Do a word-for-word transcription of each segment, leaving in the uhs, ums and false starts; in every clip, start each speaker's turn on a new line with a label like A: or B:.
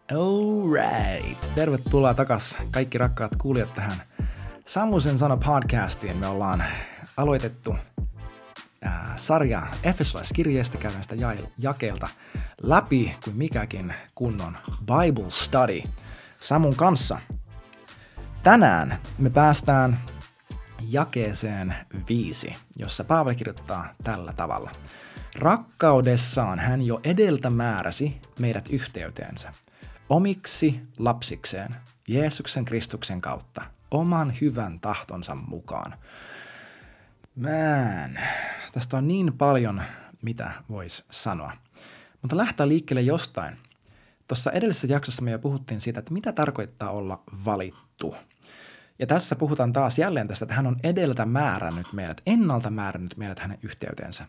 A: Alright, tervetuloa takas kaikki rakkaat kuulijat tähän Sammusen sana podcastiin. Me ollaan aloitettu ää, sarja Efesolaiskirjeestä, käydään sitä ja- jakeelta läpi kuin mikäkin kunnon Bible study Samun kanssa. Tänään me päästään jakeeseen viisi, jossa Paavali kirjoittaa tällä tavalla. Rakkaudessaan hän jo edeltä määräsi meidät yhteyteensä, omiksi lapsikseen, Jeesuksen Kristuksen kautta, oman hyvän tahtonsa mukaan. Man, tästä on niin paljon, mitä voisi sanoa. Mutta lähtää liikkeelle jostain. Tuossa edellisessä jaksossa me jo puhuttiin siitä, että mitä tarkoittaa olla valittu. Ja tässä puhutaan taas jälleen tästä, että hän on edeltä määrännyt meidät, ennalta määrännyt meidät hänen yhteyteensä.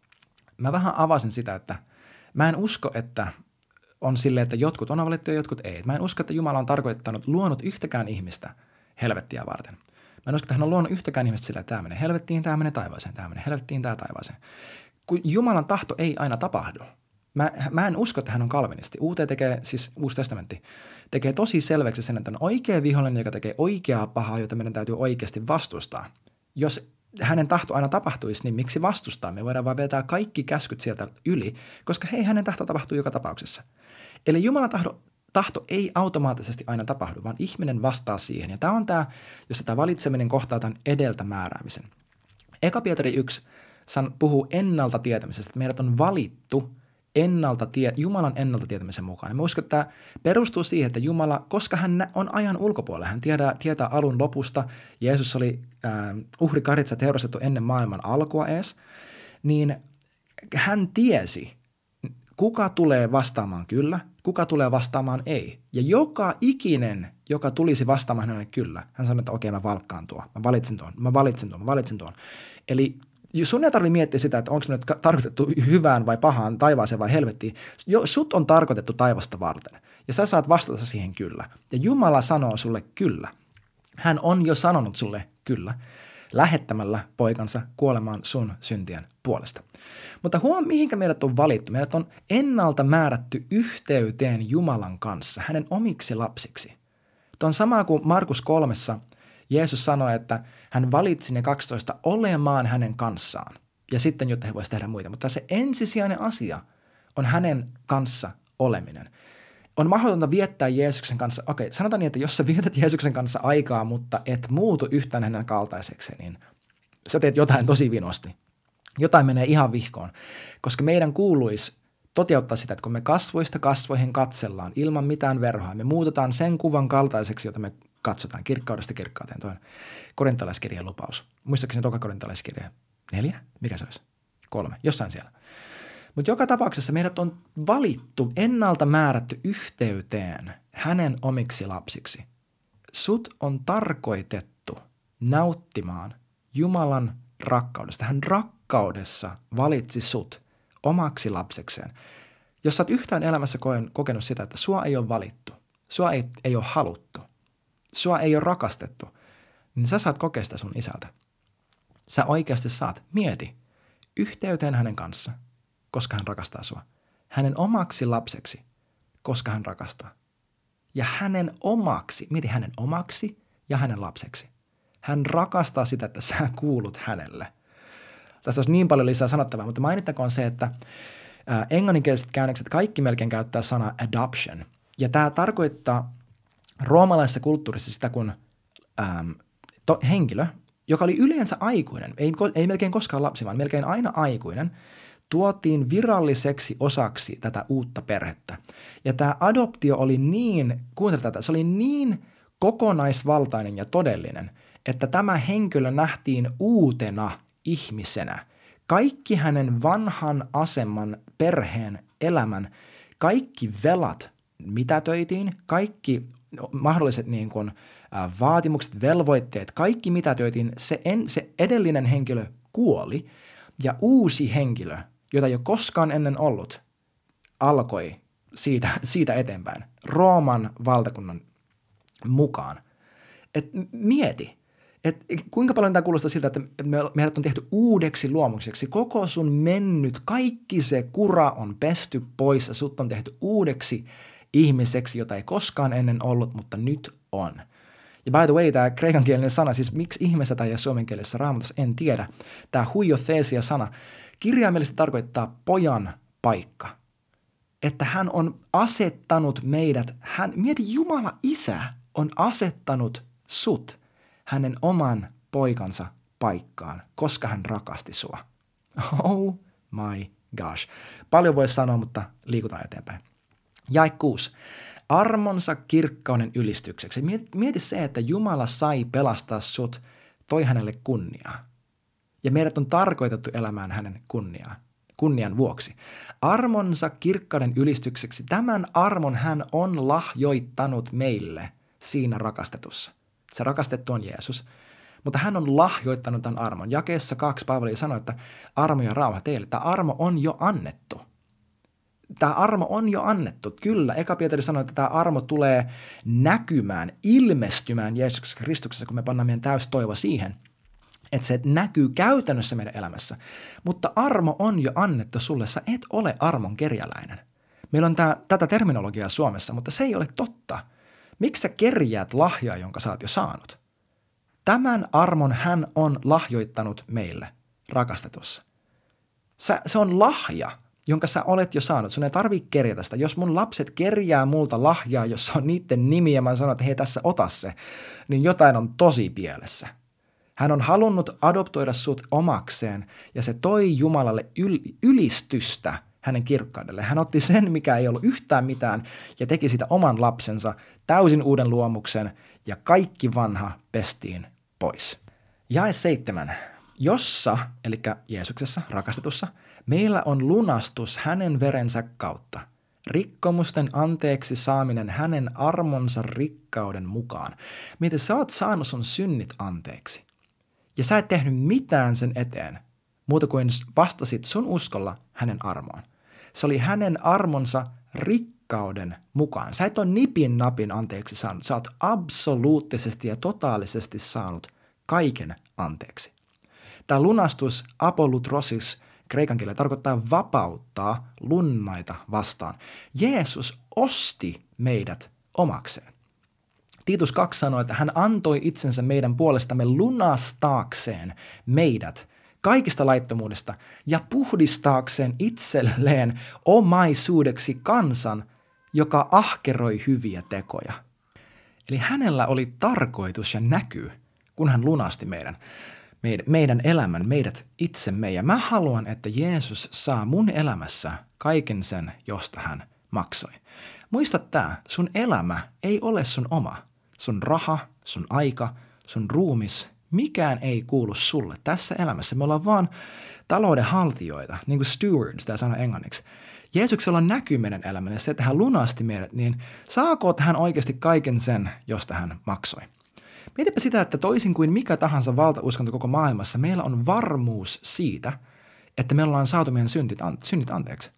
A: Mä vähän avasin sitä, että mä en usko, että on silleen, että jotkut on valittu ja jotkut ei. Mä en usko, että Jumala on tarkoittanut, luonut yhtäkään ihmistä helvettiä varten. Mä en usko, että hän on luonut yhtäkään ihmistä sillä, että tämä menee helvettiin, tämä menee taivaaseen, tämä menee helvettiin, tämä taivaaseen. Kun Jumalan tahto ei aina tapahdu. Mä, mä en usko, että hän on kalvinisti. Uuteen tekee, siis Uusi testamentti, tekee tosi selväksi sen, että on oikea vihollinen, joka tekee oikeaa pahaa, jota meidän täytyy oikeasti vastustaa. Jos hänen tahto aina tapahtuisi, niin miksi vastustaa? Me voidaan vaan vetää kaikki käskyt sieltä yli, koska hei, hänen tahto tapahtuu joka tapauksessa. Eli Jumalan tahto, tahto ei automaattisesti aina tapahdu, vaan ihminen vastaa siihen. Ja tämä on tämä, jossa tämä valitseminen kohtaa tämän edeltä määräämisen. Eka Pietari yksi puhuu ennalta tietämisestä, että meidät on valittu ennalta tie, Jumalan ennalta tietämisen mukaan. Ja mä uskon, että tämä perustuu siihen, että Jumala, koska hän on ajan ulkopuolella, hän tietää, tietää alun lopusta, Jeesus oli äh, uhrikaritsa teurastettu ennen maailman alkua ees, niin hän tiesi, kuka tulee vastaamaan kyllä, kuka tulee vastaamaan ei. Ja joka ikinen, joka tulisi vastaamaan hänelle kyllä, hän sanoi, että okei, mä valkkaan tuon, mä valitsen tuon, mä valitsen tuon, mä valitsen tuon. Eli sun ei tarvitse miettiä sitä, että onko me nyt tarkoitettu hyvään vai pahaan, taivaaseen vai helvettiin. Jo, sut on tarkoitettu taivasta varten. Ja sä saat vastata siihen kyllä. Ja Jumala sanoo sulle kyllä. Hän on jo sanonut sulle kyllä, lähettämällä poikansa kuolemaan sun syntien puolesta. Mutta huom, mihinkä meidät on valittu? Meidät on ennalta määrätty yhteyteen Jumalan kanssa, hänen omiksi lapsiksi. Tämä on sama kuin Markus kolmessa. Jeesus sanoi, että hän valitsi ne kaksitoista olemaan hänen kanssaan ja sitten, jotta he voisivat tehdä muita. Mutta se ensisijainen asia on hänen kanssa oleminen. On mahdotonta viettää Jeesuksen kanssa, okei, sanotaan niin, että jos sä vietät Jeesuksen kanssa aikaa, mutta et muutu yhtään hänen kaltaisekseen, niin sä teet jotain tosi vinosti. Jotain menee ihan vihkoon, koska meidän kuuluisi toteuttaa sitä, että kun me kasvoista kasvoihin katsellaan ilman mitään verhoa, me muutetaan sen kuvan kaltaiseksi, jota me katsotaan kirkkaudesta kirkkauteen. Tuo on korintalaiskirjeen lupaus. Muistaakseni toka korintalaiskirje neljä? Mikä se olisi? Kolme. Jossain siellä. Mutta joka tapauksessa meidät on valittu, ennalta määrätty yhteyteen hänen omiksi lapsiksi. Sut on tarkoitettu nauttimaan Jumalan rakkaudesta. Hän rakkaudessa valitsi sut omaksi lapsekseen. Jos sä oot yhtään elämässä kokenut sitä, että sua ei ole valittu, sua ei, ei ole haluttu, sua ei ole rakastettu, niin sä saat kokea sitä sun isältä. Sä oikeasti saat, mieti, yhteyteen hänen kanssa, koska hän rakastaa sua. Hänen omaksi lapseksi, koska hän rakastaa. Ja hänen omaksi, mieti hänen omaksi ja hänen lapseksi. Hän rakastaa sitä, että sä kuulut hänelle. Tässä olisi niin paljon lisää sanottavaa, mutta mainittakoon se, että ää, englanninkieliset käännökset kaikki melkein käyttää sanaa adoption. Ja tämä tarkoittaa roomalaisessa kulttuurissa sitä, kun äm, to, henkilö, joka oli yleensä aikuinen, ei, ei melkein koskaan lapsi, vaan melkein aina aikuinen, tuotiin viralliseksi osaksi tätä uutta perhettä. Ja tämä adoptio oli niin, kuuntele tätä, se oli niin kokonaisvaltainen ja todellinen, että tämä henkilö nähtiin uutena ihmisenä. Kaikki hänen vanhan aseman, perheen, elämän, kaikki velat mitätöitiin, kaikki mahdolliset niin kuin, ä, vaatimukset, velvoitteet, kaikki mitätöitiin, se, en, se edellinen henkilö kuoli ja uusi henkilö, jota ei ole koskaan ennen ollut, alkoi siitä, siitä eteenpäin Rooman valtakunnan mukaan. Et mieti, et kuinka paljon tämä kuulostaa siltä, että me, meidät on tehty uudeksi luomukseksi. Koko sun mennyt, kaikki se kura on pesty pois ja sut on tehty uudeksi ihmiseksi, jota ei koskaan ennen ollut, mutta nyt on. Ja by the way, tämä kreikankielinen sana, siis miksi ihmeessä tai ja suomenkielisessä raamatussa, en tiedä. Tämä huiothesia-sana kirjaimellisesti tarkoittaa pojan paikka. Että hän on asettanut meidät, hän, mieti Jumala Isä on asettanut sut hänen oman poikansa paikkaan, koska hän rakasti sua. Oh my gosh. Paljon voisi sanoa, mutta liikutaan eteenpäin. Jae kuusi. Armonsa kirkkauden ylistykseksi. Mieti, mieti se, että Jumala sai pelastaa sut, toi hänelle kunniaa. Ja meidät on tarkoitettu elämään hänen kunniaan, kunnian vuoksi. Armonsa kirkkauden ylistykseksi. Tämän armon hän on lahjoittanut meille siinä rakastetussa. Se rakastettu on Jeesus. Mutta hän on lahjoittanut tämän armon. Jakeessa kaksi Paavali sanoi, että armo ja rauha teille. Tämä armo on jo annettu. Tämä armo on jo annettu. Kyllä, Eka Pietari sanoi, että tämä armo tulee näkymään, ilmestymään Jeesuksessa Kristuksessa, kun me pannaan meidän täys toivo siihen, että se näkyy käytännössä meidän elämässä. Mutta armo on jo annettu sulle. Sä et ole armon kerjäläinen. Meillä on tämä, tätä terminologiaa Suomessa, mutta se ei ole totta. Miksi sä kerjäät lahjaa, jonka sä oot jo saanut? Tämän armon hän on lahjoittanut meille rakastetussa. Sä, se on lahja, jonka sä olet jo saanut. Sun ei tarvitse kerjätä sitä. Jos mun lapset kerjää multa lahjaa, jossa on niiden nimi ja mä sanon, että hei tässä ota se, niin jotain on tosi pielessä. Hän on halunnut adoptoida sut omakseen ja se toi Jumalalle yl- ylistystä hänen kirkkaudelle. Hän otti sen, mikä ei ollut yhtään mitään ja teki sitä oman lapsensa, täysin uuden luomuksen ja kaikki vanha pestiin pois. Jae seitsemän. Jossa, eli Jeesuksessa, rakastetussa, meillä on lunastus hänen verensä kautta. Rikkomusten anteeksi saaminen hänen armonsa rikkauden mukaan. Miten sä oot saanut sun synnit anteeksi? Ja sä et tehnyt mitään sen eteen, muuta kuin vastasit sun uskolla hänen armoon. Se oli hänen armonsa rikkauden mukaan. Sä et ole nipin napin anteeksi saanut. Sä oot absoluuttisesti ja totaalisesti saanut kaiken anteeksi. Tämä lunastus apolutrosis kreikan kielellä tarkoittaa vapauttaa lunnaita vastaan. Jeesus osti meidät omakseen. Tiitus kaksi sanoi, että hän antoi itsensä meidän puolestamme lunastaakseen meidät kaikista laittomuudesta ja puhdistaakseen itselleen omaisuudeksi kansan, joka ahkeroi hyviä tekoja. Eli hänellä oli tarkoitus ja näky, kun hän lunasti meidän, meidän, meidän elämän, meidät itsemme. Ja mä haluan, että Jeesus saa mun elämässä kaiken sen, josta hän maksoi. Muista tää, sun elämä ei ole sun oma. Sun raha, sun aika, sun ruumis, mikään ei kuulu sulle tässä elämässä. Me ollaan vaan talouden haltijoita, niin kuin stewards, tämä sana englanniksi. Jeesuksella on näky meidän elämämme, se, että hän lunasti meidät, niin saako hän oikeasti kaiken sen, josta hän maksoi? Mietipä sitä, että toisin kuin mikä tahansa valtauskonto koko maailmassa, meillä on varmuus siitä, että me ollaan saatu meidän synnit, synnit anteeksi.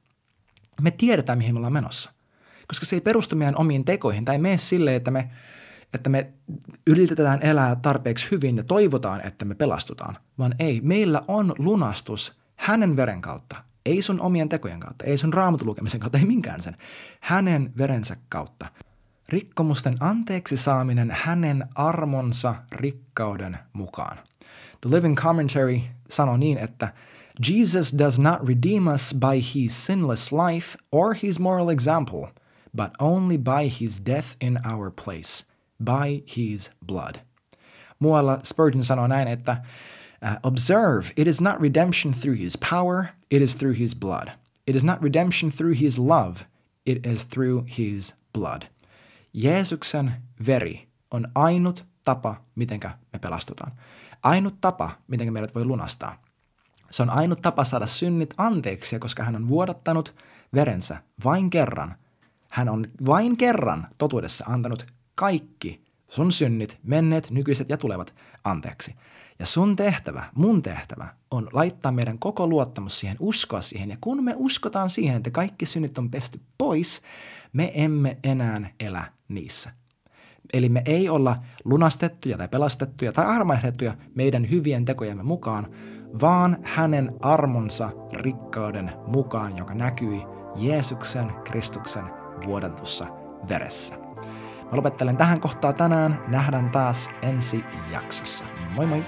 A: Me tiedetään, mihin me ollaan menossa, koska se ei perustu meidän omiin tekoihin, tai ei mene silleen, että me että me yritetään elää tarpeeksi hyvin ja toivotaan, että me pelastutaan, vaan ei, meillä on lunastus hänen veren kautta, ei sun omien tekojen kautta, ei sun raamatun lukemisen kautta, ei minkään sen, hänen verensä kautta. Rikkomusten anteeksi saaminen hänen armonsa rikkauden mukaan. The Living Commentary sanoo niin, että Jesus does not redeem us by his sinless life or his moral example, but only by his death in our place. By his blood. Muualla Spurgeon sanoo näin, että uh, observe, it is not redemption through his power, it is through his blood. It is not redemption through his love, it is through his blood. Jeesuksen veri on ainut tapa, mitenkä me pelastutaan. Ainut tapa, mitenkä meidät voi lunastaa. Se on ainut tapa saada synnit anteeksi, koska hän on vuodattanut verensä vain kerran. Hän on vain kerran totuudessa antanut kaikki sun synnit, menneet, nykyiset ja tulevat anteeksi. Ja sun tehtävä, mun tehtävä on laittaa meidän koko luottamus siihen, uskoa siihen. Ja kun me uskotaan siihen, että kaikki synnit on pesty pois, me emme enää elä niissä. Eli me ei olla lunastettuja tai pelastettuja tai armaihdettuja meidän hyvien tekojemme mukaan, vaan hänen armonsa rikkauden mukaan, joka näkyi Jeesuksen Kristuksen vuodatussa veressä. Mä lopettelen tähän kohtaan tänään. Nähdään taas ensi jaksossa. Moi moi!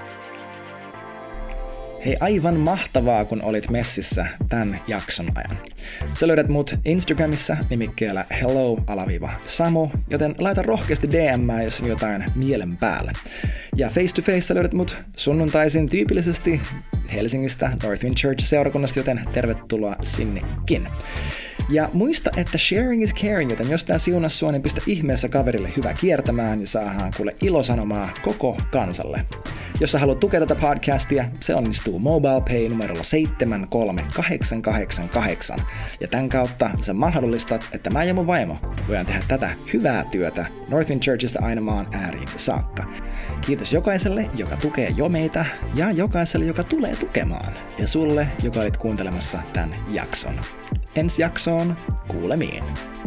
A: Hei, aivan mahtavaa, kun olit messissä tämän jakson ajan. Sä löydät mut Instagramissa nimikkeellä hello-samu, joten laita rohkeasti D M:ää, jos on jotain mielen päällä. Ja face to face löydät mut sunnuntaisin tyypillisesti Helsingistä Northwind Church-seurakunnasta, joten tervetuloa sinnekin. Ja muista, että sharing is caring, joten jos tää siunas sua, niin pistä ihmeessä kaverille hyvä kiertämään ja saadaan kuule ilosanomaa koko kansalle. Jos sä haluat tukea tätä podcastia, se onnistuu MobilePay numerolla seitsemän kolme kahdeksan kahdeksan kahdeksan. Ja tämän kautta sä mahdollistat, että mä ja mun vaimo voidaan tehdä tätä hyvää työtä Northwind Churchista aina maan ääriin saakka. Kiitos jokaiselle, joka tukee jo meitä, ja jokaiselle, joka tulee tukemaan. Ja sulle, joka olit kuuntelemassa tämän jakson. Ensi jaksoon kuulemiin.